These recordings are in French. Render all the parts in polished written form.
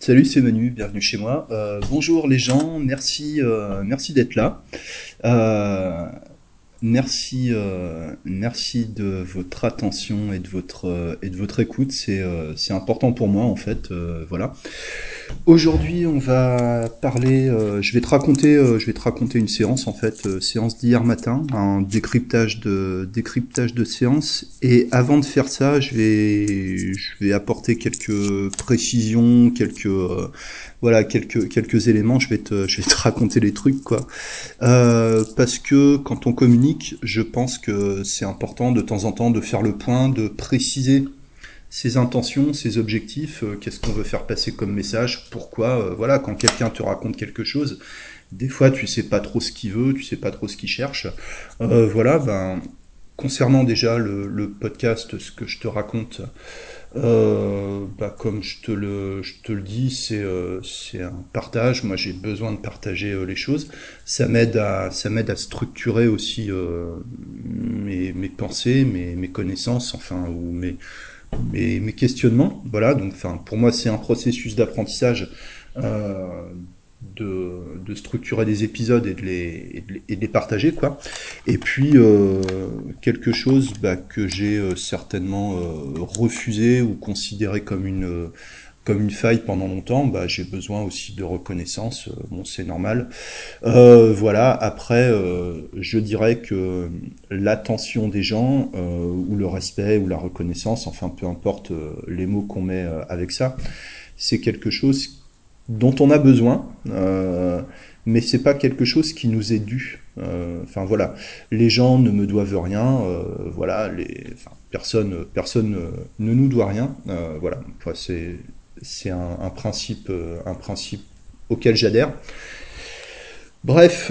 Salut, c'est Manu, bienvenue chez moi. Bonjour les gens, merci d'être là. Euh, merci de votre attention et de votre écoute. C'est important pour moi en fait. Voilà. Aujourd'hui, on va parler. Je vais te raconter une séance en fait, séance d'hier matin, un décryptage de séance. Et avant de faire ça, je vais apporter quelques précisions, quelques éléments. Je vais te raconter les trucs quoi. Parce que quand on communique, je pense que c'est important de temps en temps de faire le point, de préciser ses intentions, ses objectifs, qu'est-ce qu'on veut faire passer comme message, pourquoi, voilà, quand quelqu'un te raconte quelque chose, des fois tu sais pas trop ce qu'il veut, tu sais pas trop ce qu'il cherche. Voilà, ben, concernant déjà le podcast, ce que je te raconte, bah, comme je te le dis, c'est un partage. Moi, j'ai besoin de partager les choses. Ça m'aide à structurer aussi mes pensées, mes connaissances, enfin, ou mes questionnements. Voilà, donc enfin, pour moi, c'est un processus d'apprentissage euh, de structurer des épisodes et de les partager, quoi. Et puis, quelque chose bah, que j'ai certainement refusé ou considéré comme une faille pendant longtemps, bah, j'ai besoin aussi de reconnaissance. Bon, c'est normal. Voilà, après, je dirais que l'attention des gens, ou le respect, ou la reconnaissance, enfin peu importe les mots qu'on met avec ça, c'est quelque chose dont on a besoin, mais c'est pas quelque chose qui nous est dû. Enfin voilà, les gens ne me doivent rien, voilà, enfin, personne ne nous doit rien, voilà, enfin, c'est un principe auquel j'adhère. Bref,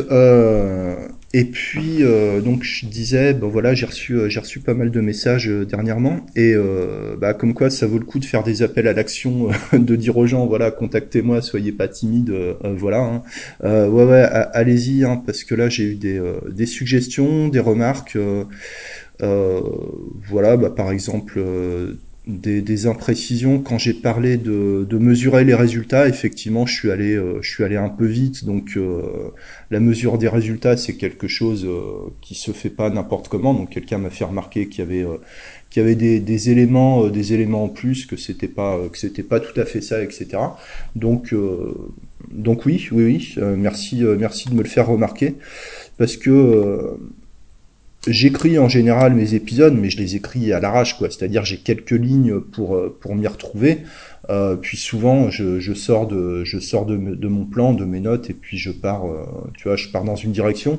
et puis donc je disais, ben voilà, j'ai reçu pas mal de messages dernièrement, et bah, comme quoi ça vaut le coup de faire des appels à l'action, de dire aux gens, voilà, contactez-moi, soyez pas timides, voilà. Hein. Ouais, ouais, allez-y, hein, parce que là j'ai eu des suggestions, des remarques. Euh, voilà, bah, par exemple, des imprécisions. Quand j'ai parlé de mesurer les résultats, effectivement, je suis allé un peu vite. Donc, la mesure des résultats, c'est quelque chose qui se fait pas n'importe comment. Donc, quelqu'un m'a fait remarquer qu'il y avait des éléments en plus, que c'était pas tout à fait ça, etc. Donc, oui, merci de me le faire remarquer, parce que j'écris en général mes épisodes, mais je les écris à l'arrache, quoi. C'est-à-dire j'ai quelques lignes pour m'y retrouver. Puis souvent je sors de mon plan, de mes notes, et puis je pars, tu vois, je pars dans une direction.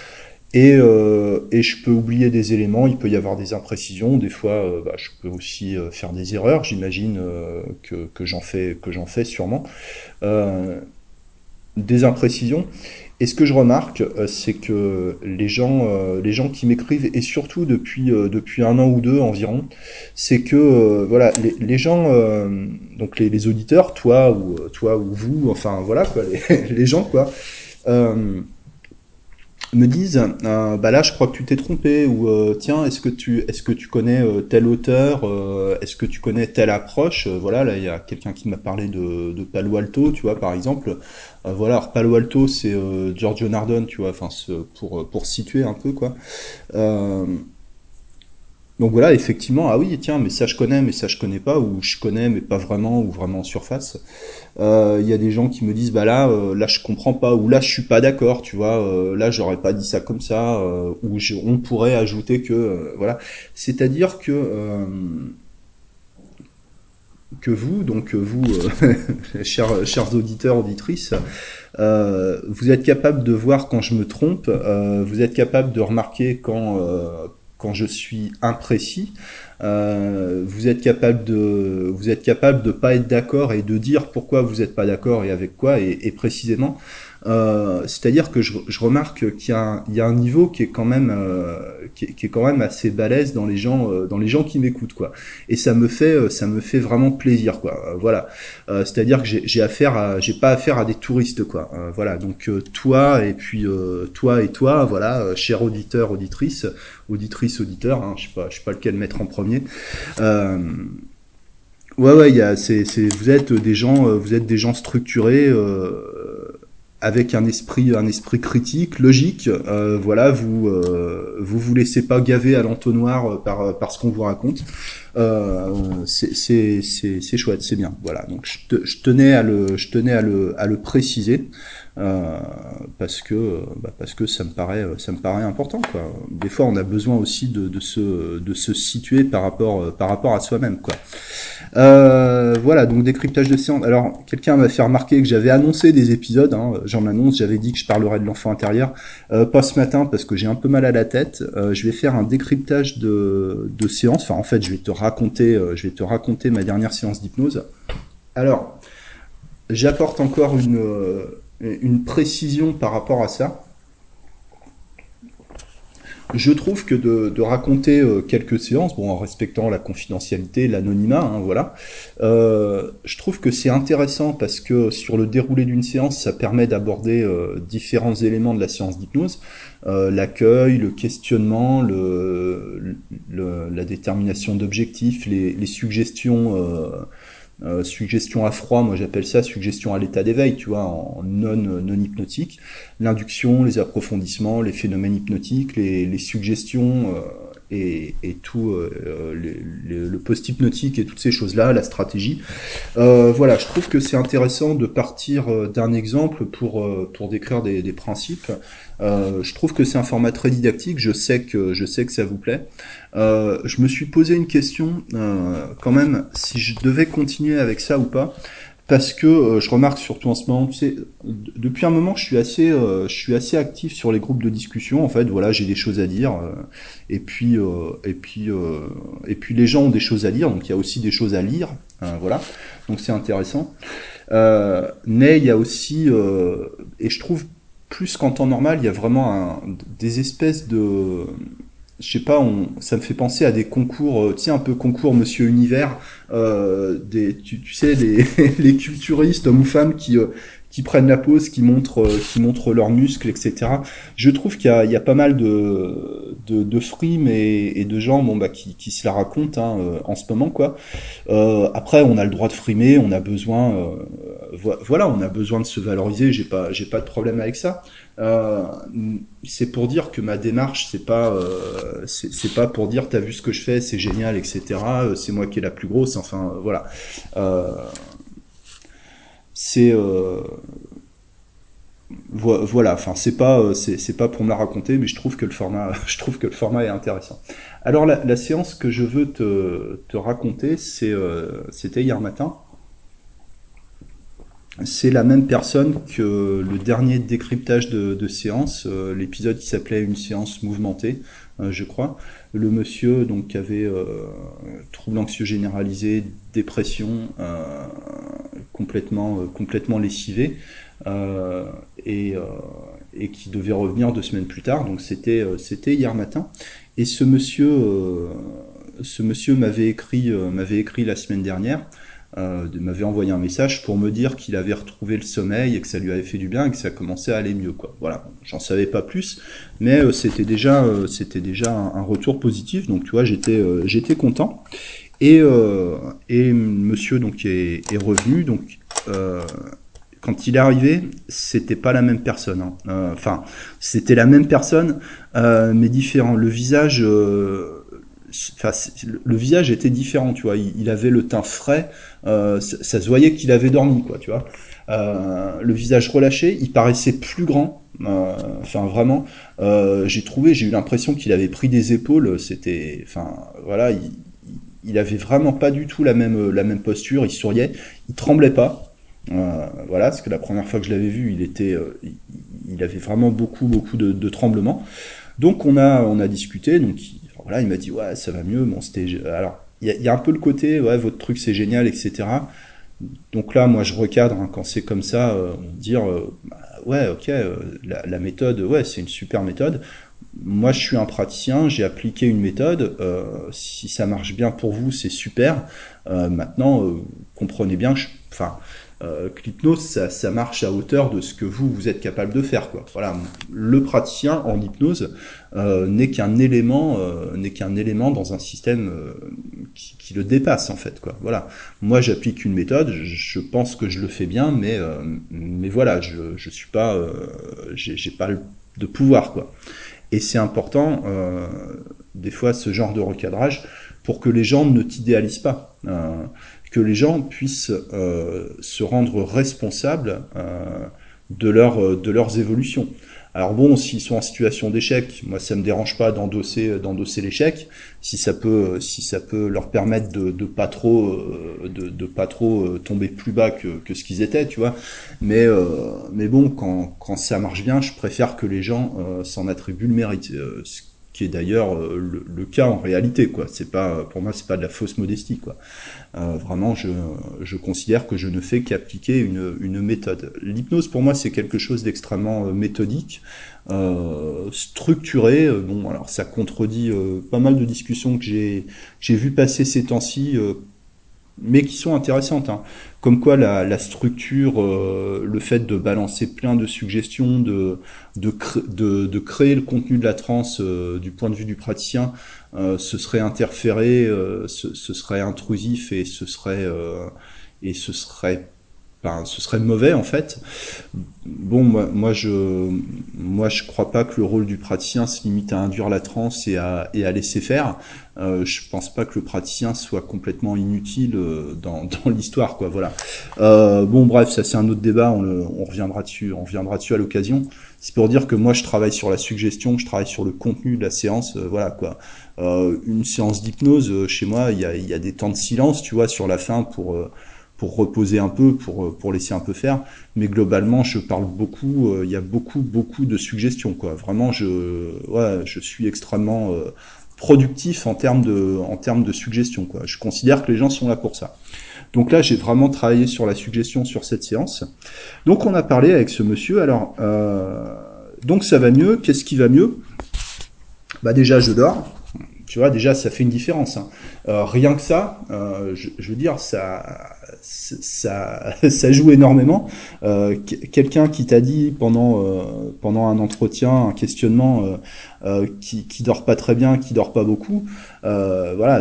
Et je peux oublier des éléments, il peut y avoir des imprécisions, des fois bah, je peux aussi faire des erreurs, j'imagine que j'en fais sûrement. Euh, des imprécisions. Et ce que je remarque, c'est que les gens qui m'écrivent, et surtout depuis un an ou deux environ, c'est que voilà, les gens, donc les auditeurs, toi ou vous, enfin voilà quoi, les gens quoi, euh, me disent, bah là je crois que tu t'es trompé, ou tiens, est-ce que tu connais tel auteur, est-ce que tu connais telle approche. Voilà, là il y a quelqu'un qui m'a parlé de Palo Alto, tu vois, par exemple. Voilà, alors Palo Alto c'est Giorgio Nardone, tu vois, enfin pour situer un peu quoi. Euh, donc voilà, effectivement, ah oui, tiens, mais ça je connais pas, ou je connais mais pas vraiment, ou vraiment en surface. Il y a des gens qui me disent, bah là, là je comprends pas, ou là je suis pas d'accord, tu vois, là j'aurais pas dit ça comme ça, on pourrait ajouter que, voilà. C'est-à-dire que vous, donc vous, chers auditeurs, auditrices, vous êtes capable de voir quand je me trompe, vous êtes capable de remarquer quand je suis imprécis, vous êtes capable de pas être d'accord et de dire pourquoi vous n'êtes pas d'accord et avec quoi et précisément. C'est-à-dire que je remarque il y a un niveau qui est quand même qui est quand même assez balèze dans les gens qui m'écoutent quoi. Et ça me fait vraiment plaisir quoi. Voilà. C'est-à-dire que j'ai pas affaire à des touristes quoi. Voilà, donc toi et puis toi et toi, voilà, cher auditeur, auditrice, auditeur, hein, je sais pas lequel mettre en premier. Euh, Ouais, vous êtes des gens structurés, avec un esprit critique, logique. Voilà, vous laissez pas gaver à l'entonnoir par ce qu'on vous raconte. C'est chouette, c'est bien. Voilà, donc je tenais à le préciser. Euh, parce que ça me paraît important, quoi. Des fois on a besoin aussi de se situer par rapport à soi-même, quoi. Voilà, donc décryptage de séance. Alors, quelqu'un m'a fait remarquer que j'avais annoncé des épisodes, hein, j'en annonce, j'avais dit que je parlerais de l'enfant intérieur. Pas ce matin parce que j'ai un peu mal à la tête. Je vais faire un décryptage de séance. Enfin, en fait, je vais te raconter ma dernière séance d'hypnose. Alors, j'apporte encore une précision par rapport à ça. Je trouve que de raconter quelques séances, bon, en respectant la confidentialité, l'anonymat, hein, voilà, je trouve que c'est intéressant parce que sur le déroulé d'une séance, ça permet d'aborder différents éléments de la séance d'hypnose, l'accueil, le questionnement, la détermination d'objectifs, les suggestions. Suggestion à froid, moi j'appelle ça suggestion à l'état d'éveil, tu vois, en non hypnotique. L'induction, les approfondissements, les phénomènes hypnotiques, les suggestions et tout le post-hypnotique et toutes ces choses-là, la stratégie. Voilà, je trouve que c'est intéressant de partir d'un exemple pour décrire des principes. Je trouve que c'est un format très didactique. Je sais que ça vous plaît. Je me suis posé une question quand même si je devais continuer avec ça ou pas. Parce que je remarque surtout en ce moment, tu sais, depuis un moment, je suis assez actif sur les groupes de discussion. En fait, voilà, j'ai des choses à dire, et puis les gens ont des choses à lire, donc il y a aussi des choses à lire, voilà. Donc c'est intéressant. Mais il y a aussi, et je trouve plus qu'en temps normal, il y a vraiment des espèces de, je sais pas, ça me fait penser à des concours, tu sais, un peu concours Monsieur Univers, tu sais, les culturistes, hommes ou femmes, qui prennent la pose, qui montrent leurs muscles, etc. Je trouve il y a pas mal de frimes et de gens, bon, bah, qui se la racontent, hein, en ce moment, quoi. Après, on a le droit de frimer, on a besoin, voilà, on a besoin de se valoriser. J'ai pas de problème avec ça. Euh, c'est pour dire que ma démarche, c'est pas pour dire t'as vu ce que je fais, c'est génial, etc. C'est moi qui est la plus grosse. Enfin, voilà. Euh, c'est voilà. Enfin, c'est pas pour me la raconter, mais je trouve que le format, je trouve que le format est intéressant. Alors, la séance que je veux te raconter, c'était hier matin. C'est la même personne que le dernier décryptage de séance, l'épisode qui s'appelait Une séance mouvementée, je crois. Le monsieur donc qui avait trouble anxieux généralisé, dépression, complètement lessivé, euh, et, euh, et qui devait revenir 2 semaines plus tard. Donc c'était hier matin. Et ce monsieur m'avait écrit la semaine dernière, m'avait envoyé un message pour me dire qu'il avait retrouvé le sommeil et que ça lui avait fait du bien et que ça commençait à aller mieux, quoi. Voilà, j'en savais pas plus, mais c'était déjà un retour positif, donc tu vois, j'étais content. Et monsieur donc est revenu, donc quand il est arrivé, c'était pas la même personne, hein. Enfin, c'était la même personne, mais différent. Le visage, enfin, le visage était différent, tu vois. Il avait le teint frais, ça se voyait qu'il avait dormi, quoi, tu vois. Le visage relâché, il paraissait plus grand. Enfin, vraiment, j'ai eu l'impression qu'il avait pris des épaules. C'était, enfin, voilà, il avait vraiment pas du tout la même posture. Il souriait, il tremblait pas. Voilà, parce que la première fois que je l'avais vu, il avait vraiment beaucoup de tremblements. Donc on a discuté, donc voilà, il m'a dit ouais ça va mieux. Bon c'était, alors il y a un peu le côté ouais votre truc c'est génial, etc. Donc là moi je recadre, hein, quand c'est comme ça, dire bah, ouais ok, la méthode ouais c'est une super méthode. Moi, je suis un praticien, j'ai appliqué une méthode. Si ça marche bien pour vous, c'est super. Maintenant, comprenez bien que l'hypnose, ça marche à hauteur de ce que vous êtes capable de faire, quoi. Voilà, le praticien en hypnose n'est qu'un élément dans un système qui le dépasse en fait, quoi. Voilà. Moi, j'applique une méthode, je pense que je le fais bien, mais voilà, je suis pas, j'ai pas de pouvoir, quoi. Et c'est important, des fois, ce genre de recadrage, pour que les gens ne t'idéalisent pas, que les gens puissent se rendre responsables de leurs évolutions. Alors bon, s'ils sont en situation d'échec, moi ça me dérange pas d'endosser l'échec, si ça peut leur permettre de pas trop tomber plus bas que ce qu'ils étaient, tu vois. Mais bon, quand ça marche bien, je préfère que les gens s'en attribuent le mérite. Ce qui est d'ailleurs le cas en réalité, quoi. C'est pas, pour moi, c'est pas de la fausse modestie, quoi. Vraiment, je considère que je ne fais qu'appliquer une méthode. L'hypnose, pour moi, c'est quelque chose d'extrêmement méthodique, structuré. Bon, alors ça contredit pas mal de discussions que j'ai vu passer ces temps-ci, mais qui sont intéressantes, hein. Comme quoi la structure, le fait de balancer plein de suggestions, de créer le contenu de la transe du point de vue du praticien, ce serait interféré, ce serait intrusif et ce serait mauvais en fait. Bon, moi, je crois pas que le rôle du praticien se limite à induire la transe et à laisser faire. Je pense pas que le praticien soit complètement inutile dans l'histoire, quoi. Voilà. Bon, bref, ça c'est un autre débat. On reviendra dessus à l'occasion. C'est pour dire que moi, je travaille sur la suggestion, je travaille sur le contenu de la séance. Voilà, quoi. Une séance d'hypnose, chez moi, il y a des temps de silence, tu vois, sur la fin pour reposer un peu, pour laisser un peu faire. Mais globalement, je parle beaucoup. Il y a beaucoup de suggestions, quoi. Vraiment, ouais, je suis extrêmement productif en termes de suggestions, quoi. Je considère que les gens sont là pour ça. Donc là, j'ai vraiment travaillé sur la suggestion sur cette séance. Donc on a parlé avec ce monsieur. Alors, donc ça va mieux. Qu'est-ce qui va mieux? Bah déjà, je dors. Tu vois, déjà, ça fait une différence, hein. Rien que ça, je veux dire, ça joue énormément. Quelqu'un qui t'a dit pendant un entretien, un questionnement, qui dort pas très bien, qui dort pas beaucoup, voilà,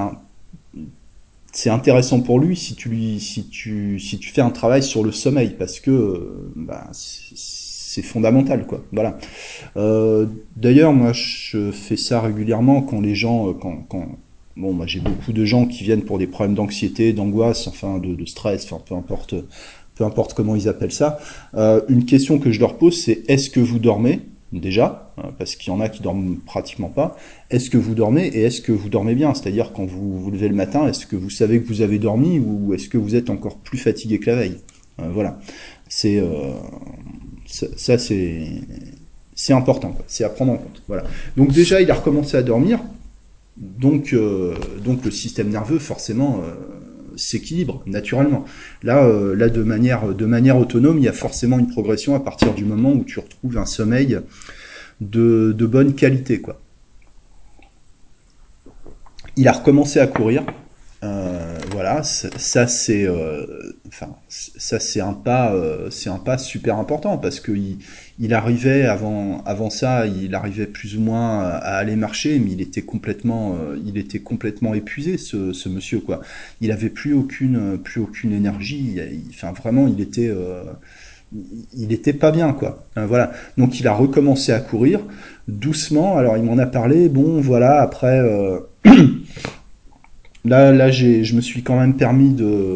c'est intéressant pour lui si tu fais un travail sur le sommeil, parce que bah, c'est fondamental, quoi. Voilà. D'ailleurs, moi, je fais ça régulièrement quand les gens, bon, moi, j'ai beaucoup de gens qui viennent pour des problèmes d'anxiété, d'angoisse, enfin, de stress, enfin, peu importe comment ils appellent ça. Une question que je leur pose, c'est est-ce que vous dormez déjà, hein, parce qu'il y en a qui dorment pratiquement pas. Est-ce que vous dormez et est-ce que vous dormez bien? C'est-à-dire quand vous vous levez le matin, est-ce que vous savez que vous avez dormi ou est-ce que vous êtes encore plus fatigué que la veille? Voilà. C'est ça, c'est important, quoi. C'est à prendre en compte. Voilà. Donc déjà, il a recommencé à dormir. Donc le système nerveux, forcément, s'équilibre naturellement. Là, de manière autonome, il y a forcément une progression à partir du moment où tu retrouves un sommeil de bonne qualité, quoi. Il a recommencé à courir. Voilà, ça c'est un pas super important parce que il arrivait avant ça, il arrivait plus ou moins à aller marcher, mais il était complètement épuisé ce monsieur, quoi. Il avait plus aucune énergie. Enfin vraiment, il était pas bien, quoi. Voilà. Donc il a recommencé à courir doucement. Alors il m'en a parlé. Bon, voilà. Après, je me suis quand même permis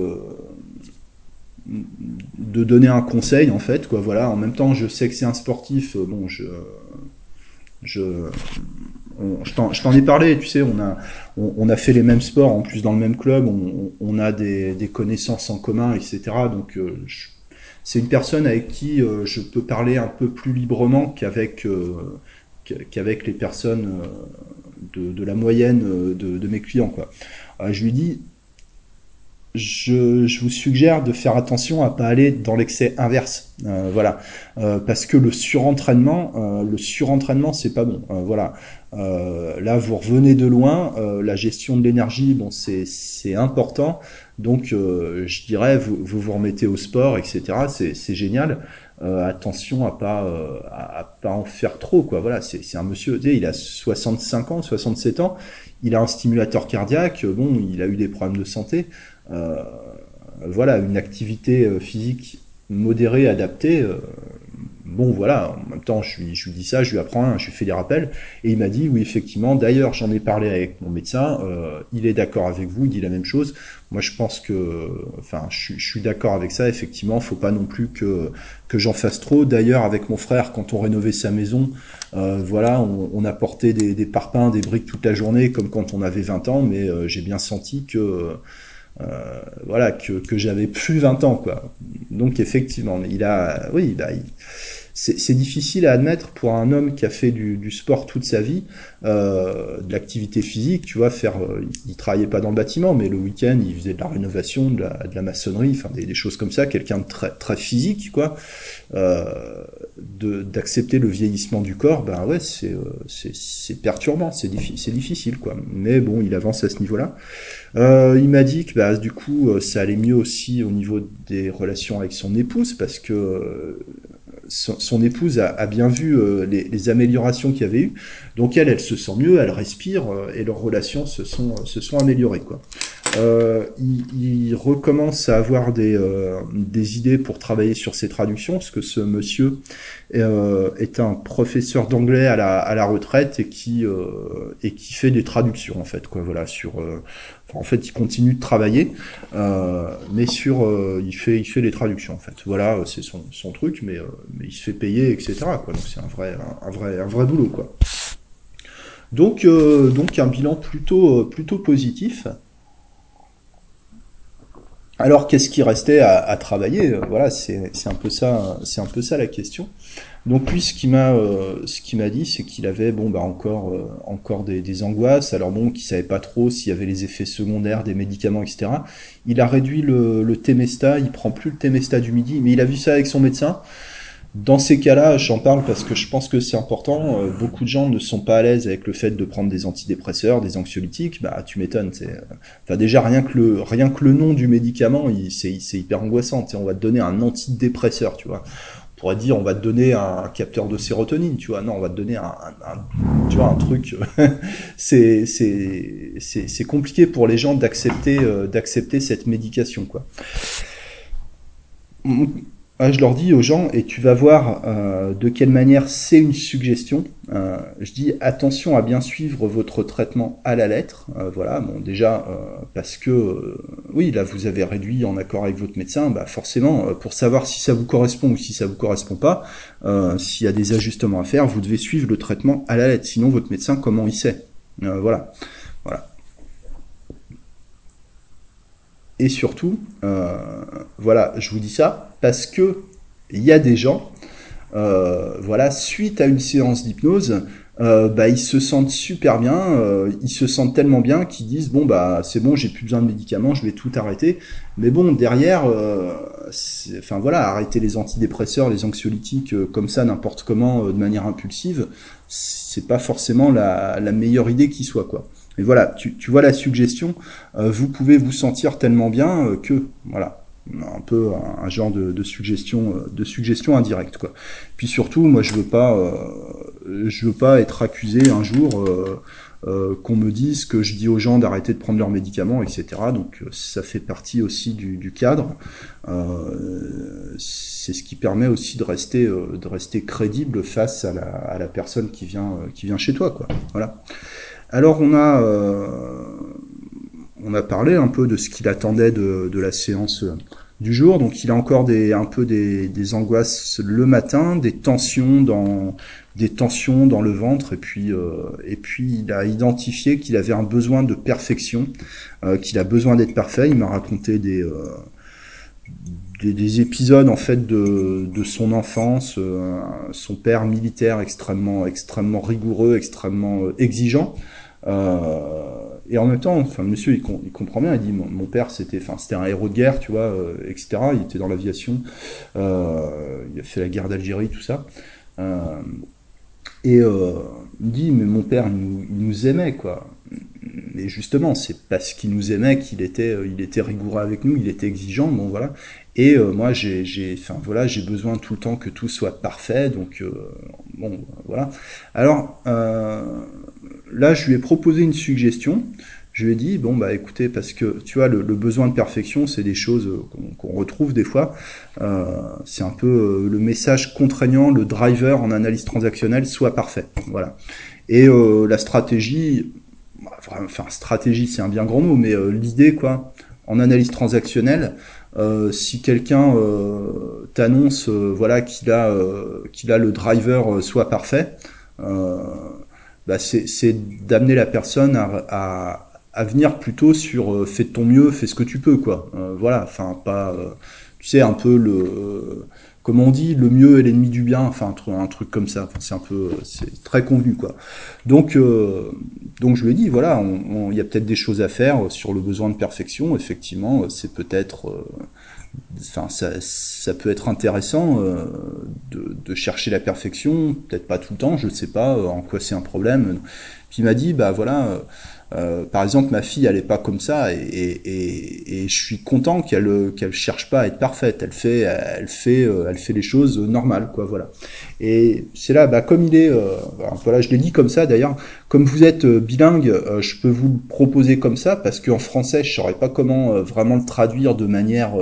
de donner un conseil, en fait, quoi. Voilà. En même temps, je sais que c'est un sportif. Bon, je, je t'en ai parlé. Tu sais, on a fait les mêmes sports, en plus dans le même club. On a des connaissances en commun, etc. Donc, c'est une personne avec qui je peux parler un peu plus librement qu'avec les personnes de la moyenne de mes clients, quoi. Je lui dis, je vous suggère de faire attention à pas aller dans l'excès inverse. Voilà. Parce que le surentraînement, c'est pas bon. Voilà. Là, vous revenez de loin. La gestion de l'énergie, bon, c'est important. Donc, je dirais, vous remettez au sport, etc. C'est génial. Attention à pas en faire trop, quoi. Voilà, c'est un monsieur, tu sais, il a 65 ans, 67 ans, il a un stimulateur cardiaque, bon, il a eu des problèmes de santé. Euh, voilà, une activité physique modérée, adaptée. Bon, voilà, en même temps, je lui dis ça, je lui apprends, je lui fais des rappels, et il m'a dit, oui, effectivement, d'ailleurs, j'en ai parlé avec mon médecin, il est d'accord avec vous, il dit la même chose. Moi, je pense que, enfin, je suis d'accord avec ça, effectivement, faut pas non plus que j'en fasse trop. D'ailleurs, avec mon frère, quand on rénovait sa maison, voilà, on apportait des parpaings, des briques toute la journée, comme quand on avait 20 ans, mais j'ai bien senti voilà, que j'avais plus 20 ans, quoi. Donc effectivement, il a, oui, bah, c'est difficile à admettre pour un homme qui a fait du sport toute sa vie, de l'activité physique, tu vois, il travaillait pas dans le bâtiment, mais le week-end, il faisait de la rénovation, de la maçonnerie, enfin des choses comme ça, quelqu'un de très, très physique, quoi, d'accepter le vieillissement du corps, ben ouais, c'est perturbant, c'est difficile, quoi. Mais bon, il avance à ce niveau-là. Il m'a dit que bah, du coup, ça allait mieux aussi au niveau des relations avec son épouse, parce que son épouse a bien vu les améliorations qu'il y avait eu. Donc elle se sent mieux, elle respire, et leurs relations se sont améliorées, quoi. Il recommence à avoir des idées pour travailler sur ses traductions, parce que ce monsieur est un professeur d'anglais à la retraite et qui fait des traductions, en fait, quoi, voilà, enfin, en fait, il continue de travailler, mais il fait des traductions, en fait. Voilà, c'est son truc, mais il se fait payer, etc., quoi. Donc c'est un vrai boulot, quoi. Donc un bilan plutôt positif. Alors qu'est-ce qui restait à travailler? Voilà, c'est un peu ça la question. Donc lui, ce qui m'a dit, c'est qu'il avait bon bah encore des angoisses. Alors bon, qu'il savait pas trop s'il y avait les effets secondaires des médicaments, etc. Il a réduit le Temesta, il prend plus le Temesta du midi, mais il a vu ça avec son médecin. Dans ces cas-là, j'en parle parce que je pense que c'est important. Beaucoup de gens ne sont pas à l'aise avec le fait de prendre des antidépresseurs, des anxiolytiques. Bah, tu m'étonnes. Enfin, déjà, rien que le nom du médicament, c'est hyper angoissant. Tu sais, on va te donner un antidépresseur, tu vois. On pourrait dire, on va te donner un capteur de sérotonine, tu vois. Non, on va te donner tu vois, un truc. C'est compliqué pour les gens d'accepter cette médication, quoi. Je leur dis aux gens, et tu vas voir de quelle manière c'est une suggestion. Je dis attention à bien suivre votre traitement à la lettre. Voilà, bon déjà parce que oui, là vous avez réduit en accord avec votre médecin, bah forcément pour savoir si ça vous correspond ou si ça vous correspond pas, s'il y a des ajustements à faire, vous devez suivre le traitement à la lettre. Sinon votre médecin comment il sait? Voilà, voilà. Et surtout, voilà, je vous dis ça parce que il y a des gens voilà, suite à une séance d'hypnose, bah, ils se sentent super bien, ils se sentent tellement bien qu'ils disent bon bah c'est bon, j'ai plus besoin de médicaments, je vais tout arrêter. Mais bon derrière, enfin voilà, arrêter les antidépresseurs, les anxiolytiques comme ça n'importe comment, de manière impulsive, c'est pas forcément la meilleure idée qui soit, quoi. Et voilà, tu vois la suggestion, vous pouvez vous sentir tellement bien que voilà, un peu un genre de suggestion indirecte, quoi. Puis surtout, moi je veux pas être accusé un jour qu'on me dise que je dis aux gens d'arrêter de prendre leurs médicaments, etc. Donc ça fait partie aussi du cadre. C'est ce qui permet aussi de rester crédible face à la personne qui vient chez toi, quoi. Voilà. Alors on a parlé un peu de ce qu'il attendait de la séance du jour. Donc il a encore un peu des angoisses le matin, des tensions dans le ventre, et puis il a identifié qu'il avait un besoin de perfection, qu'il a besoin d'être parfait. Il m'a raconté des épisodes en fait de son enfance, son père militaire extrêmement extrêmement rigoureux, extrêmement exigeant. Euh, et en même temps, enfin, le monsieur, il comprend bien, il dit, mon père, c'était un héros de guerre, tu vois, etc. Il était dans l'aviation, il a fait la guerre d'Algérie, tout ça. Euh, et il me dit, mais mon père, il nous aimait, quoi. Mais justement, c'est parce qu'il nous aimait il était rigoureux avec nous, il était exigeant, bon voilà. Et moi, enfin voilà, j'ai besoin tout le temps que tout soit parfait, donc bon, voilà. Alors là, je lui ai proposé une suggestion. Je lui ai dit, bon bah écoutez, parce que tu vois, le besoin de perfection, c'est des choses qu'on retrouve des fois. C'est un peu le message contraignant, le driver en analyse transactionnelle, soit parfait. Voilà. Et la stratégie, enfin stratégie c'est un bien grand mot, mais l'idée quoi, en analyse transactionnelle, si quelqu'un t'annonce voilà qu'il a le driver soit parfait, euh, bah c'est d'amener la personne à venir plutôt sur fais de ton mieux, fais ce que tu peux quoi. Voilà, enfin pas tu sais un peu comme on dit, le mieux est l'ennemi du bien, enfin un truc comme ça. Enfin, c'est un peu, c'est très convenu quoi. Donc, donc je lui ai dit, voilà, il y a peut-être des choses à faire sur le besoin de perfection. Effectivement, c'est peut-être, enfin, ça peut être intéressant de chercher la perfection, peut-être pas tout le temps, je ne sais pas en quoi c'est un problème. Puis il m'a dit, bah voilà, par exemple, ma fille, elle est pas comme ça, et je suis content qu'elle cherche pas à être parfaite. Elle fait les choses normales, quoi, voilà. Et c'est là, bah, comme il est, voilà, je l'ai dit comme ça d'ailleurs. Comme vous êtes bilingue, je peux vous le proposer comme ça parce qu'en français, je saurais pas comment vraiment le traduire de manière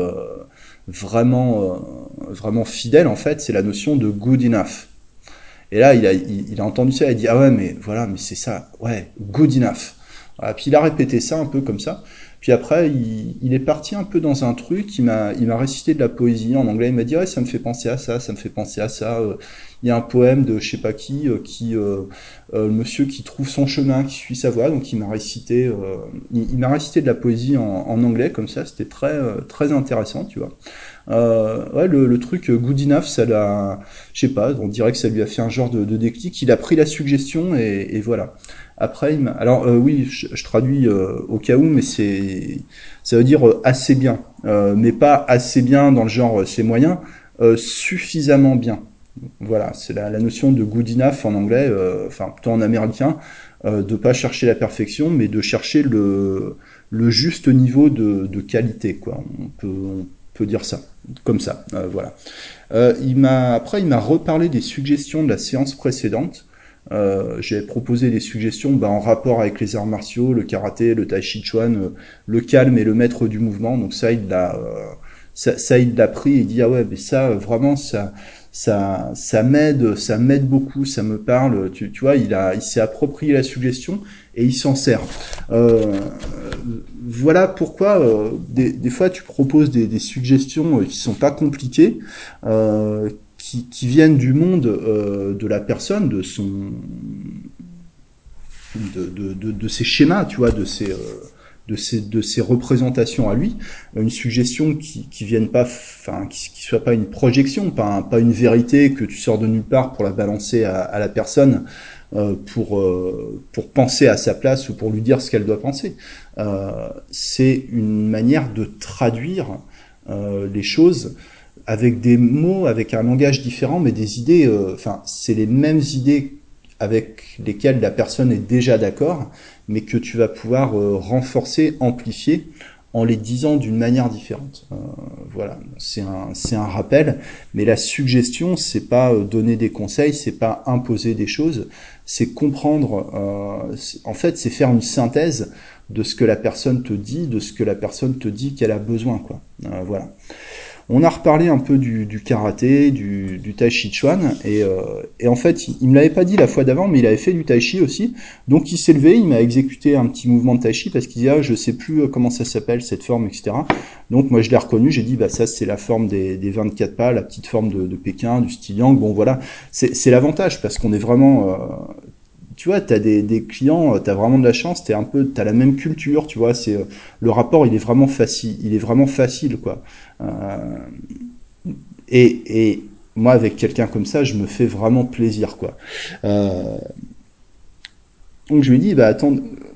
vraiment fidèle. En fait, c'est la notion de good enough. Et là, il a entendu ça, il a dit ah ouais mais voilà mais c'est ça, ouais good enough. Voilà, puis il a répété ça un peu comme ça. Puis après, il est parti un peu dans un truc. Il m'a récité de la poésie en anglais. Il m'a dit ouais ça me fait penser à ça, ça me fait penser à ça. Il y a un poème de je sais pas qui, le monsieur qui trouve son chemin, qui suit sa voie. Donc il m'a récité de la poésie en anglais comme ça. C'était très intéressant, tu vois. Ouais, le truc good enough, ça l'a, je sais pas, on dirait que ça lui a fait un genre de déclic. Il a pris la suggestion et voilà. Après, alors oui, je traduis au cas où, mais ça veut dire assez bien, mais pas assez bien dans le genre c'est moyen, suffisamment bien. Voilà, c'est la notion de good enough en anglais, enfin plutôt en américain, de pas chercher la perfection, mais de chercher le juste niveau de qualité, quoi. On peut dire ça, comme ça, voilà. Après, il m'a reparlé des suggestions de la séance précédente. J'ai proposé des suggestions bah, en rapport avec les arts martiaux, le karaté, le tai chi chuan, le calme et le maître du mouvement. Donc ça il l'a pris et dit ah ouais, mais ça vraiment ça m'aide beaucoup, ça me parle. Tu vois, il s'est approprié la suggestion et il s'en sert. Euh, voilà pourquoi des fois tu proposes des suggestions qui sont pas compliquées, qui viennent du monde de la personne, de ses schémas, tu vois, de ses représentations à lui, une suggestion qui vienne pas, enfin, qui soit pas une projection, pas une vérité que tu sors de nulle part pour la balancer à la personne pour penser à sa place ou pour lui dire ce qu'elle doit penser. C'est une manière de traduire les choses avec des mots, avec un langage différent, mais des idées, enfin, c'est les mêmes idées avec lesquelles la personne est déjà d'accord, mais que tu vas pouvoir renforcer, amplifier en les disant d'une manière différente. Voilà, c'est un rappel, mais la suggestion, c'est pas donner des conseils, c'est pas imposer des choses, c'est comprendre. En fait, c'est faire une synthèse de ce que la personne te dit, de ce que la personne te dit qu'elle a besoin, quoi. Voilà. On a reparlé un peu du karaté, du tai chi chuan, et en fait, il me l'avait pas dit la fois d'avant, mais il avait fait du tai chi aussi. Donc il s'est levé, il m'a exécuté un petit mouvement de tai chi parce qu'il dit ah je sais plus comment ça s'appelle cette forme, etc. Donc moi je l'ai reconnu, j'ai dit bah ça c'est la forme des 24 pas, la petite forme de Pékin, du style yang. Bon voilà, c'est l'avantage parce qu'on est vraiment tu vois, t'as des clients, t'as vraiment de la chance, t'as la même culture, tu vois, le rapport, il est vraiment facile, quoi. Euh, et moi, avec quelqu'un comme ça, je me fais vraiment plaisir, quoi. Euh, donc je lui ai dit, bah attends,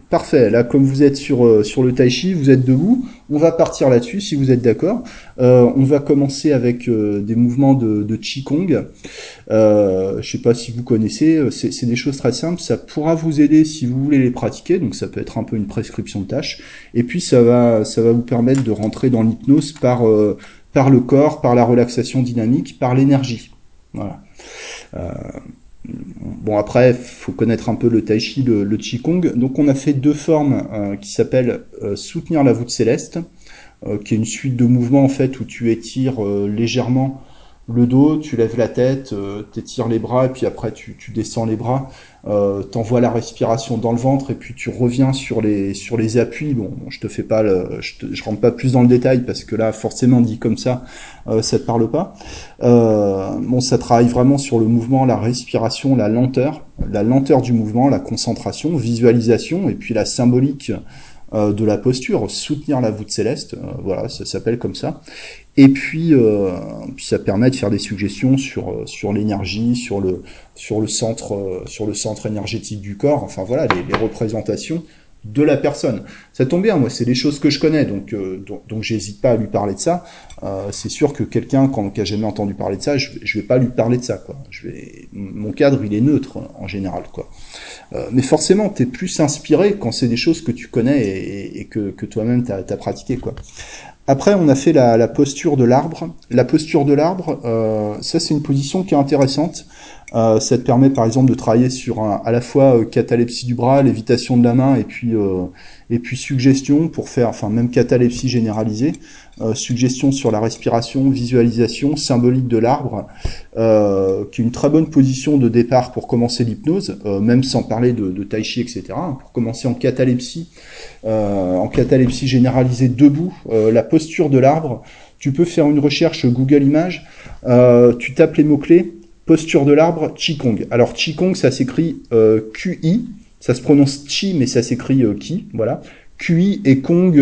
Parfait. Là, comme vous êtes sur le tai chi, vous êtes debout. On va partir là-dessus, si vous êtes d'accord. On va commencer avec des mouvements de Qigong. Je sais pas si vous connaissez. C'est des choses très simples. Ça pourra vous aider si vous voulez les pratiquer. Donc, ça peut être un peu une prescription de tâches. Et puis, ça va vous permettre de rentrer dans l'hypnose par le corps, par la relaxation dynamique, par l'énergie. Voilà. Euh, Bon, après, faut connaître un peu le tai chi, le qigong. Donc, on a fait deux formes qui s'appellent soutenir la voûte céleste, qui est une suite de mouvements en fait où tu étires légèrement le dos, tu lèves la tête, tu étires les bras et puis après tu descends les bras, t'envoies la respiration dans le ventre et puis tu reviens sur les appuis. Bon, je te fais pas je rentre pas plus dans le détail parce que là forcément dit comme ça te parle pas. Bon, ça travaille vraiment sur le mouvement, la respiration, la lenteur du mouvement, la concentration, visualisation et puis la symbolique de la posture, soutenir la voûte céleste, voilà, ça s'appelle comme ça. Et puis ça permet de faire des suggestions sur l'énergie, sur le centre énergétique du corps. Enfin voilà, les représentations de la personne. Ça tombe bien, moi, c'est des choses que je connais, donc j'hésite pas à lui parler de ça. C'est sûr que quelqu'un qui a jamais entendu parler de ça, je vais pas lui parler de ça, quoi. Mon cadre, il est neutre en général, quoi. Mais forcément, t'es plus inspiré quand c'est des choses que tu connais et que toi-même t'as pratiqué, quoi. Après, on a fait la posture de l'arbre. La posture de l'arbre, ça c'est une position qui est intéressante. Ça te permet par exemple de travailler sur à la fois catalepsie du bras, lévitation de la main et puis suggestion pour faire, enfin même catalepsie généralisée, suggestion sur la respiration, visualisation, symbolique de l'arbre, qui est une très bonne position de départ pour commencer l'hypnose, même sans parler de tai chi, etc. Pour commencer en catalepsie généralisée debout, la posture de l'arbre. Tu peux faire une recherche Google Images, tu tapes les mots-clés, posture de l'arbre, Qigong. Alors Qigong, ça s'écrit QI, ça se prononce Chi, mais ça s'écrit Ki, voilà. QI et Kong,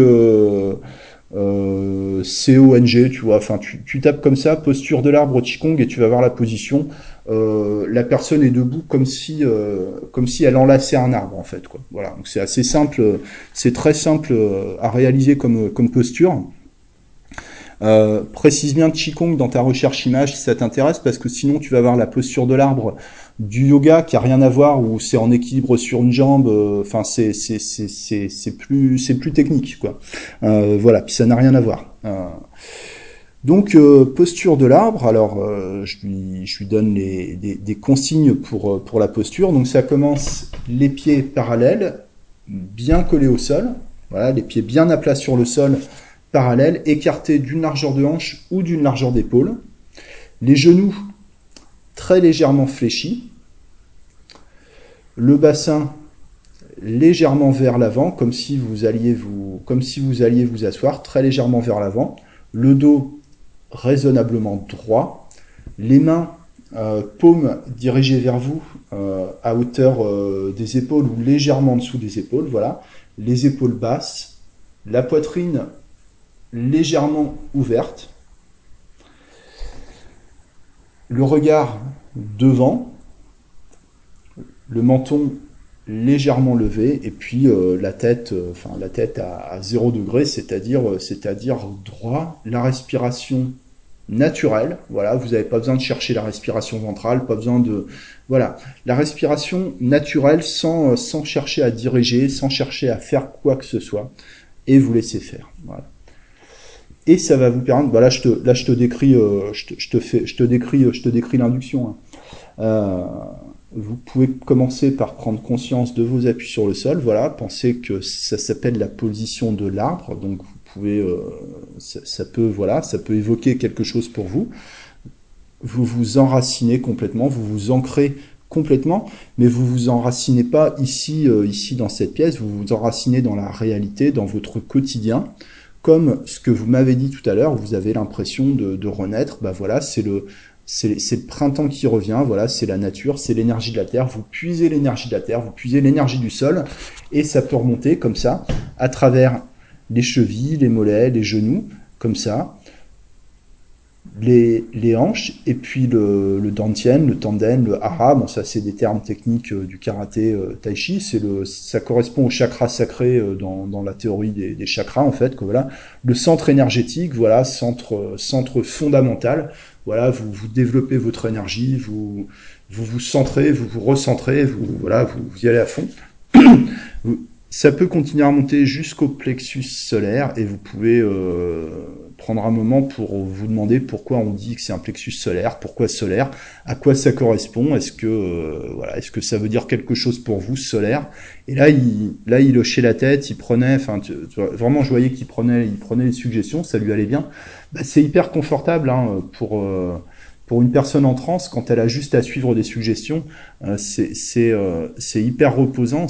C-O-N-G, tu vois, enfin tu tapes comme ça, posture de l'arbre Qigong, et tu vas voir la position. La personne est debout comme si elle enlaçait un arbre en fait, quoi. Voilà, donc c'est assez simple, c'est très simple à réaliser comme posture. Précise bien Qigong dans ta recherche image si ça t'intéresse, parce que sinon tu vas avoir la posture de l'arbre du yoga qui a rien à voir, où c'est en équilibre sur une jambe. Enfin, c'est plus technique, quoi. Voilà, puis ça n'a rien à voir. Donc posture de l'arbre. Alors je lui donne des consignes pour la posture. Donc ça commence les pieds parallèles, bien collés au sol. Voilà, les pieds bien à plat sur le sol, parallèles, écartés d'une largeur de hanche ou d'une largeur d'épaule. Les genoux très légèrement fléchis. Le bassin légèrement vers l'avant, comme si vous alliez vous asseoir, très légèrement vers l'avant. Le dos raisonnablement droit. Les mains, paumes dirigées vers vous, à hauteur des épaules ou légèrement en dessous des épaules. Voilà. Les épaules basses. La poitrine légèrement ouverte. Le regard devant. Le menton légèrement levé, et puis la tête à 0 degré, c'est-à-dire droit. La respiration naturelle, voilà, vous n'avez pas besoin de chercher la respiration ventrale, pas besoin de... Voilà, la respiration naturelle sans chercher à diriger, sans chercher à faire quoi que ce soit, et vous laissez faire. Voilà. Et ça va vous permettre... Bah je te décris, je te décris l'induction, hein. Vous pouvez commencer par prendre conscience de vos appuis sur le sol. Voilà, pensez que ça s'appelle la position de l'arbre. Donc vous pouvez, ça peut évoquer quelque chose pour vous. Vous vous enracinez complètement, vous vous ancrez complètement, mais vous vous enracinez pas ici dans cette pièce. Vous vous enracinez dans la réalité, dans votre quotidien. Comme ce que vous m'avez dit tout à l'heure, vous avez l'impression de renaître. Bah voilà, c'est le printemps qui revient, voilà, c'est la nature, c'est l'énergie de la terre. Vous puisez l'énergie de la terre, vous puisez l'énergie du sol, et ça peut remonter comme ça, à travers les chevilles, les mollets, les genoux, comme ça. les hanches, et puis le dantian, le tanden, le hara. Bon, ça c'est des termes techniques du karaté tai chi. Ça correspond au chakra sacré dans la théorie des chakras en fait. Que, voilà, le centre énergétique, voilà, centre fondamental. Voilà, vous développez votre énergie, vous centrez, vous vous recentrez, voilà, vous y allez à fond. Ça peut continuer à monter jusqu'au plexus solaire et vous pouvez prendre un moment pour vous demander pourquoi on dit que c'est un plexus solaire, pourquoi solaire, à quoi ça correspond, est-ce que ça veut dire quelque chose pour vous solaire. Et là il hochait la tête, il prenait, enfin vraiment je voyais qu'il prenait les suggestions, ça lui allait bien. Bah, c'est hyper confortable hein, pour une personne en transe, quand elle a juste à suivre des suggestions, c'est hyper reposant,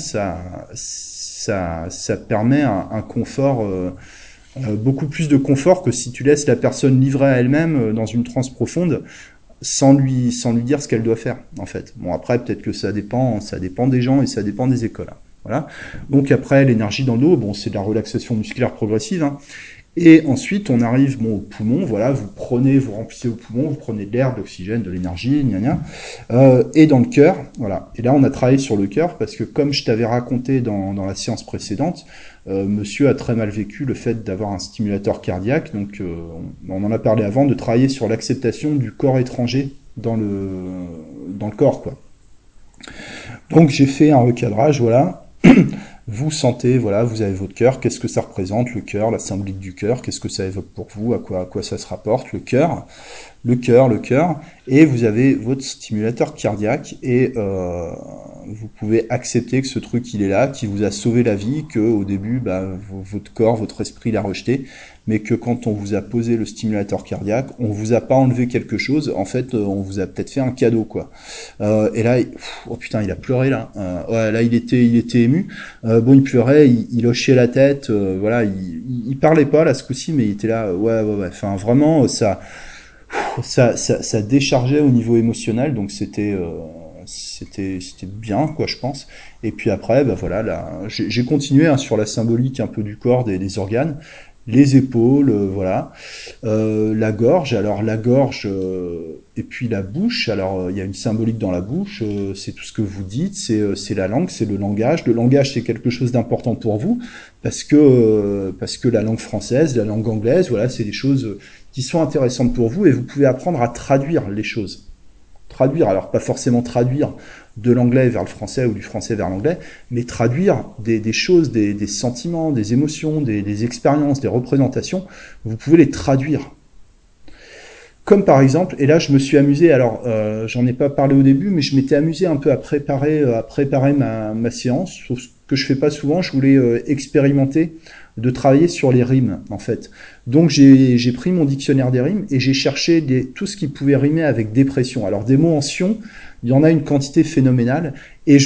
ça permet un confort, beaucoup plus de confort que si tu laisses la personne livrer à elle-même dans une transe profonde, sans lui dire ce qu'elle doit faire, en fait. Bon, après, peut-être que ça dépend des gens et ça dépend des écoles. Hein. Voilà. Donc après, l'énergie dans le dos, bon, c'est de la relaxation musculaire progressive, hein. Et ensuite, on arrive au poumon, voilà, vous remplissez vos poumons, vous prenez de l'air, de l'oxygène, de l'énergie, gna gna. Et dans le cœur, voilà. Et là, on a travaillé sur le cœur, parce que comme je t'avais raconté dans la séance précédente, monsieur a très mal vécu le fait d'avoir un stimulateur cardiaque, donc on en a parlé avant, de travailler sur l'acceptation du corps étranger dans le corps, quoi. Donc j'ai fait un recadrage, voilà. Vous sentez, voilà, vous avez votre cœur, qu'est-ce que ça représente, le cœur, la symbolique du cœur, qu'est-ce que ça évoque pour vous, à quoi ça se rapporte, le cœur, et vous avez votre stimulateur cardiaque, et vous pouvez accepter que ce truc, il est là, qui vous a sauvé la vie, que au début, bah, votre corps, votre esprit l'a rejeté, mais que quand on vous a posé le stimulateur cardiaque, on vous a pas enlevé quelque chose, en fait, on vous a peut-être fait un cadeau, quoi. Et là, oh putain, il a pleuré là. Ouais, là, il était ému. Bon, il pleurait, il hochait la tête. Voilà, il parlait pas là ce coup-ci, mais il était là. Ouais, ouais, ouais. Enfin, vraiment, ça déchargeait au niveau émotionnel, donc c'était bien, quoi, je pense. Et puis après, bah voilà, là, j'ai continué hein, sur la symbolique un peu du corps, des organes, les épaules, voilà. La gorge, alors la gorge et puis la bouche, alors il y a une symbolique dans la bouche, c'est tout ce que vous dites, c'est la langue, c'est le langage. Le langage, c'est quelque chose d'important pour vous, parce que la langue française, la langue anglaise, voilà, c'est des choses qui sont intéressantes pour vous, et vous pouvez apprendre à traduire les choses. Traduire, alors pas forcément traduire de l'anglais vers le français ou du français vers l'anglais, mais traduire des choses, des sentiments, des émotions, des expériences, des représentations, vous pouvez les traduire. Comme par exemple, et là je me suis amusé, alors j'en ai pas parlé au début, mais je m'étais amusé un peu à préparer ma séance, sauf que je fais pas souvent, je voulais expérimenter de travailler sur les rimes en fait. Donc j'ai pris mon dictionnaire des rimes et j'ai cherché tout ce qui pouvait rimer avec dépression. Alors des mots en sion, il y en a une quantité phénoménale, et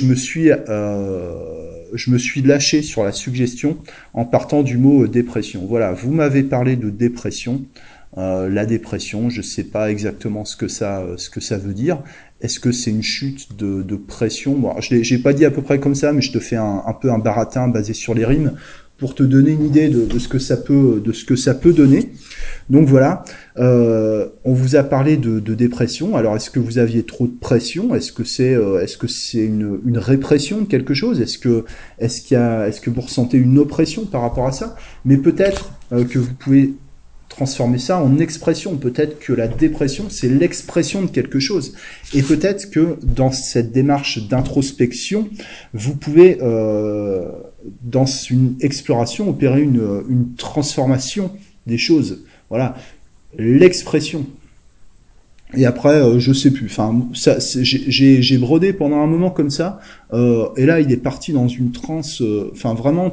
je me suis lâché sur la suggestion en partant du mot dépression. Voilà, vous m'avez parlé de dépression. La dépression, je ne sais pas exactement ce que ça veut dire. Est-ce que c'est une chute de pression? Bon, je n'ai pas dit à peu près comme ça, mais je te fais un peu un baratin basé sur les rimes pour te donner une idée de ce que ça peut donner. Donc voilà, on vous a parlé de dépression. Alors est-ce que vous aviez trop de pression? Est-ce que c'est une répression de quelque chose? Est-ce que vous ressentez une oppression par rapport à ça? Mais peut-être que vous pouvez transformer ça en expression. Peut-être que la dépression, c'est l'expression de quelque chose. Et peut-être que dans cette démarche d'introspection, vous pouvez, dans une exploration, opérer une transformation des choses. Voilà, l'expression. Et après, je sais plus. Enfin, j'ai brodé pendant un moment comme ça. Et là, il est parti dans une transe. Enfin, vraiment,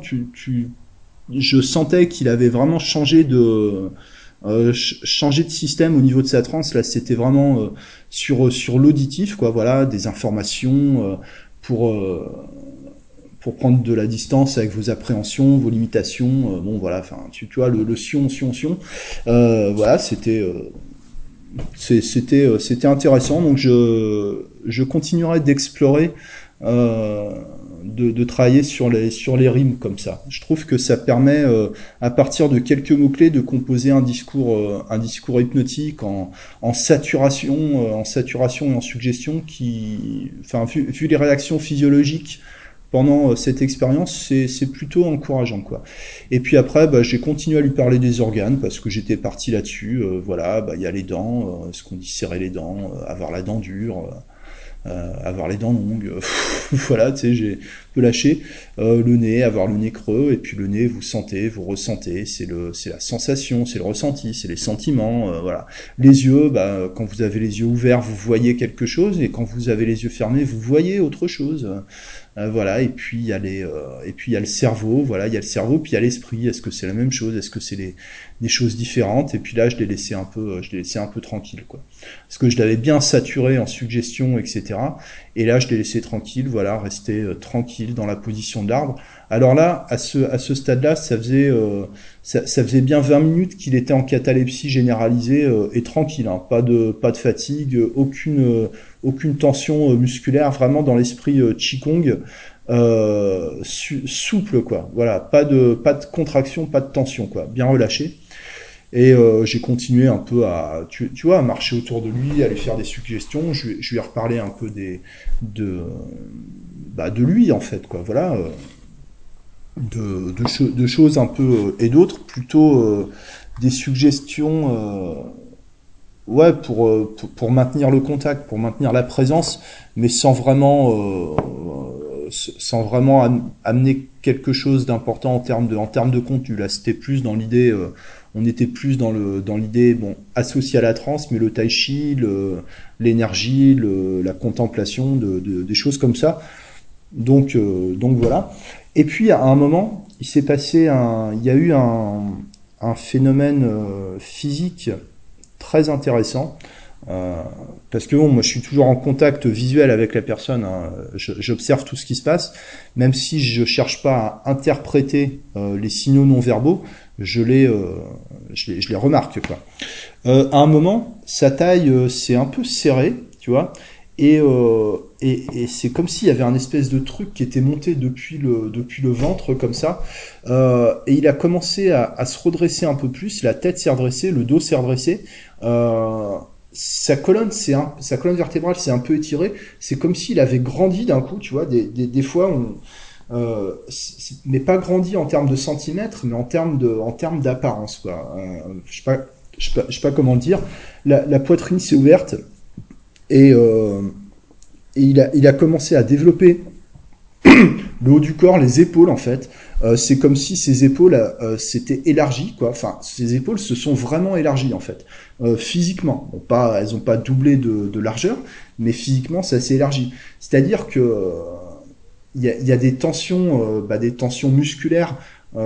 je sentais qu'il avait vraiment changé de système au niveau de sa transe. Là, c'était vraiment sur l'auditif, quoi. Voilà, des informations pour euh, pour prendre de la distance avec vos appréhensions, vos limitations. Bon, voilà. Enfin, tu vois, le sion. Voilà, c'était intéressant. Donc, je continuerai d'explorer. Euh, de travailler sur les rimes comme ça. Je trouve que ça permet, à partir de quelques mots-clés, de composer un discours hypnotique en saturation et en suggestion qui, enfin, vu les réactions physiologiques pendant cette expérience, c'est plutôt encourageant, quoi. Et puis après, bah, j'ai continué à lui parler des organes parce que j'étais parti là-dessus. Voilà, bah, il y a les dents, ce qu'on dit serrer les dents, avoir la dent dure, avoir les dents longues, voilà, tu sais, j'ai un peu lâché. Le nez, avoir le nez creux, et puis le nez, vous sentez, vous ressentez, c'est la sensation, c'est le ressenti, c'est les sentiments, voilà. Les yeux, bah, quand vous avez les yeux ouverts, vous voyez quelque chose, et quand vous avez les yeux fermés, vous voyez autre chose. Voilà, et puis et puis il y a le cerveau, voilà, il y a le cerveau, puis il y a l'esprit. Est-ce que c'est la même chose? Est-ce que c'est des choses différentes? Et puis là, je l'ai laissé un peu tranquille, quoi. Parce que je l'avais bien saturé en suggestions, etc. Et là, je l'ai laissé tranquille, voilà, rester tranquille dans la position de l'arbre. Alors là, à ce stade-là, ça faisait bien 20 minutes qu'il était en catalepsie généralisée et tranquille, hein, pas de fatigue, aucune tension musculaire, vraiment dans l'esprit Qigong, souple, quoi. Voilà, pas de contraction, pas de tension, quoi, bien relâché. Et j'ai continué un peu tu vois, à marcher autour de lui, à lui faire des suggestions. Je lui ai reparlé un peu de, de lui, en fait, quoi. Voilà, de choses un peu et d'autres plutôt des suggestions. Ouais, pour maintenir le contact, pour maintenir la présence, mais sans vraiment amener quelque chose d'important en termes de contenu. Là, c'était plus dans l'idée, on était plus dans l'idée, bon, associée à la transe, mais le tai chi, l'énergie, la contemplation, des choses comme ça. Donc voilà. Et puis à un moment, il y a eu un phénomène physique très intéressant. Euh, Parce que bon, moi je suis toujours en contact visuel avec la personne, hein. J'observe tout ce qui se passe, même si je cherche pas à interpréter les signaux non verbaux, je les remarque, quoi. À un moment, sa taille s'est un peu serrée, tu vois, et c'est comme s'il y avait un espèce de truc qui était monté depuis le ventre comme ça, et il a commencé à se redresser un peu plus, la tête s'est redressée, le dos s'est redressé, euh, sa colonne vertébrale s'est un peu étirée, c'est comme s'il avait grandi d'un coup, tu vois, des fois mais pas grandi en termes de centimètres, mais en termes d'apparence, quoi. Je sais pas comment le dire. La poitrine s'est ouverte et, euh, et il a commencé à développer le haut du corps, les épaules en fait. C'est comme si ses épaules s'étaient élargies, quoi. Enfin, ses épaules se sont vraiment élargies en fait, physiquement. Bon, pas, elles n'ont pas doublé de largeur, mais physiquement ça s'est élargi. C'est-à-dire que il y a des tensions musculaires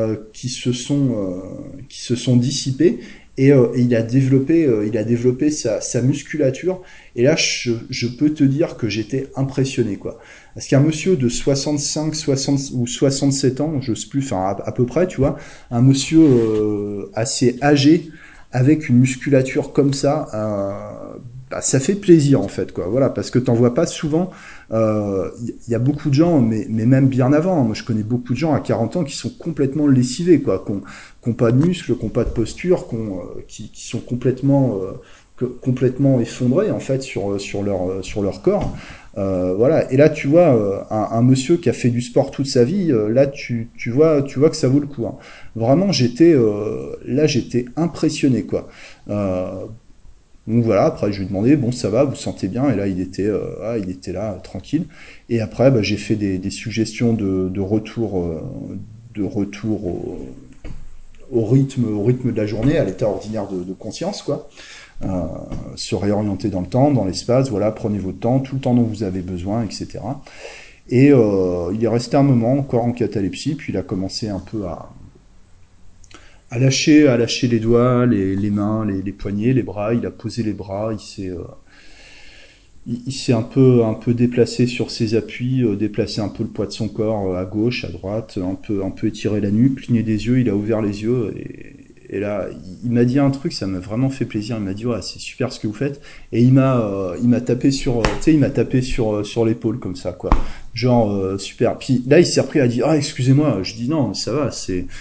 qui se sont dissipées et il a développé sa musculature. Et là, je peux te dire que j'étais impressionné, quoi. Parce qu'un monsieur de 65, 60 ou 67 ans, je sais plus, enfin à peu près, tu vois, un monsieur assez âgé avec une musculature comme ça, bah, ça fait plaisir en fait, quoi. Voilà, parce que t'en vois pas souvent. Y a beaucoup de gens, mais même bien avant. Moi, je connais beaucoup de gens à 40 ans qui sont complètement lessivés, quoi, qui ont pas de muscles, qui ont pas de posture, qui sont complètement effondrés en fait sur leur corps. Voilà. Et là, tu vois, un monsieur qui a fait du sport toute sa vie, là, tu vois que ça vaut le coup, hein. Vraiment, j'étais impressionné, quoi. Donc voilà, après je lui ai demandé, bon ça va, vous sentez bien? Et là il était là, tranquille. Et après bah, j'ai fait des suggestions de retour au rythme de la journée, à l'état ordinaire de conscience, quoi. Euh, Se réorienter dans le temps, dans l'espace, voilà, prenez votre temps, tout le temps dont vous avez besoin, etc. Et il est resté un moment encore en catalepsie, puis il a commencé un peu à lâcher les doigts, les mains, les poignets, les bras. Il a posé les bras, il s'est un peu déplacé sur ses appuis, déplacé un peu le poids de son corps à gauche, à droite, un peu étiré la nuque, cligné des yeux, il a ouvert les yeux Et là, il m'a dit un truc, ça m'a vraiment fait plaisir. Il m'a dit, ouais, c'est super ce que vous faites. Et il m'a tapé sur, tu sais, il m'a tapé sur l'épaule comme ça, quoi. Genre, super. Puis là, il s'est repris à dire, ah, excusez-moi. Je dis, non, ça va,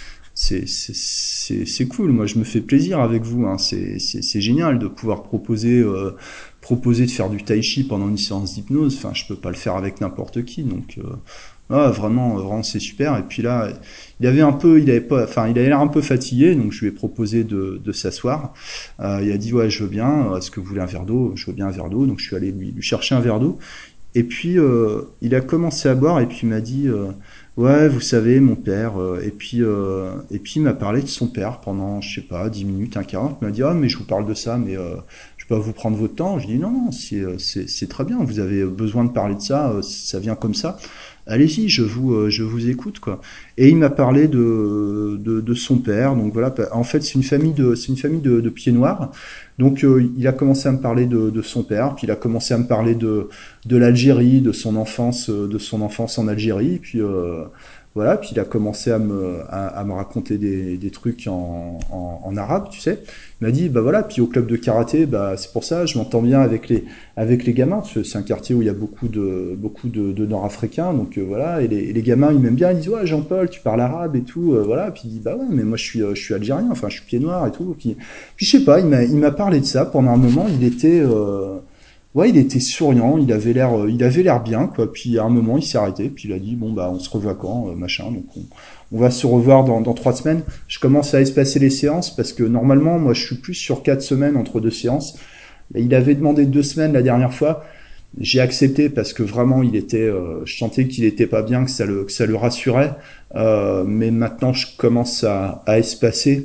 c'est cool. Moi, je me fais plaisir avec vous, hein. C'est génial de pouvoir proposer de faire du tai chi pendant une séance d'hypnose. Enfin, je peux pas le faire avec n'importe qui, donc, ah, vraiment, c'est super. Et puis là, il avait pas, enfin, il avait l'air un peu fatigué, donc je lui ai proposé de s'asseoir. Il a dit, ouais, je veux bien. Est-ce que vous voulez un verre d'eau? Je veux bien un verre d'eau. Donc je suis allé lui chercher un verre d'eau. Et puis il a commencé à boire et puis il m'a dit, ouais, vous savez, mon père. Et puis il m'a parlé de son père pendant, je sais pas, 10 minutes, un quart d'heure. Il m'a dit, ah, mais je vous parle de ça, mais je peux pas vous prendre votre temps. Je dis, non, non, c'est très bien. Vous avez besoin de parler de ça. Ça vient comme ça. Allez-y, je vous écoute, quoi. Et il m'a parlé de son père. Donc voilà, en fait, c'est une famille de pieds noirs. Donc il a commencé à me parler de son père, puis il a commencé à me parler de l'Algérie, de son enfance en Algérie, puis voilà, puis il a commencé à me raconter des trucs en arabe, tu sais. Il m'a dit, bah voilà, puis au club de karaté, bah c'est pour ça, je m'entends bien avec les gamins. C'est un quartier où il y a beaucoup de Nord-Africains, donc voilà, et les gamins, ils m'aiment bien, ils disent, ouais, Jean-Paul, tu parles arabe et tout, voilà, puis il dit, bah ouais, mais moi je suis algérien, enfin je suis pied noir et tout, puis je sais pas, il m'a parlé de ça pendant un moment, ouais, il était souriant, il avait l'air bien, quoi. Puis à un moment, il s'est arrêté, puis il a dit, bon bah on se revoit quand, machin, donc on va se revoir dans 3 semaines. Je commence à espacer les séances parce que normalement, moi, je suis plus sur 4 semaines entre deux séances. Il avait demandé 2 semaines la dernière fois. J'ai accepté parce que vraiment, je sentais qu'il était pas bien, que ça le rassurait. Mais maintenant, je commence à espacer,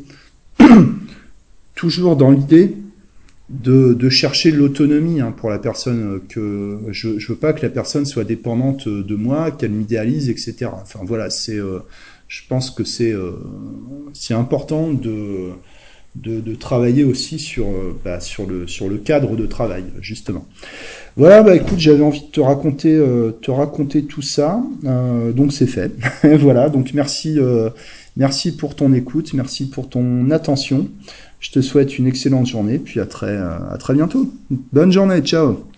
toujours dans l'idée de chercher l'autonomie, hein, pour la personne, que je veux pas que la personne soit dépendante de moi, qu'elle m'idéalise, etc. Enfin voilà, je pense que c'est important de travailler aussi sur le cadre de travail, justement. Voilà, bah écoute, j'avais envie de te raconter tout ça, donc c'est fait. Voilà, donc merci pour ton écoute, merci pour ton attention. Je te souhaite une excellente journée, puis à très bientôt. Bonne journée, ciao.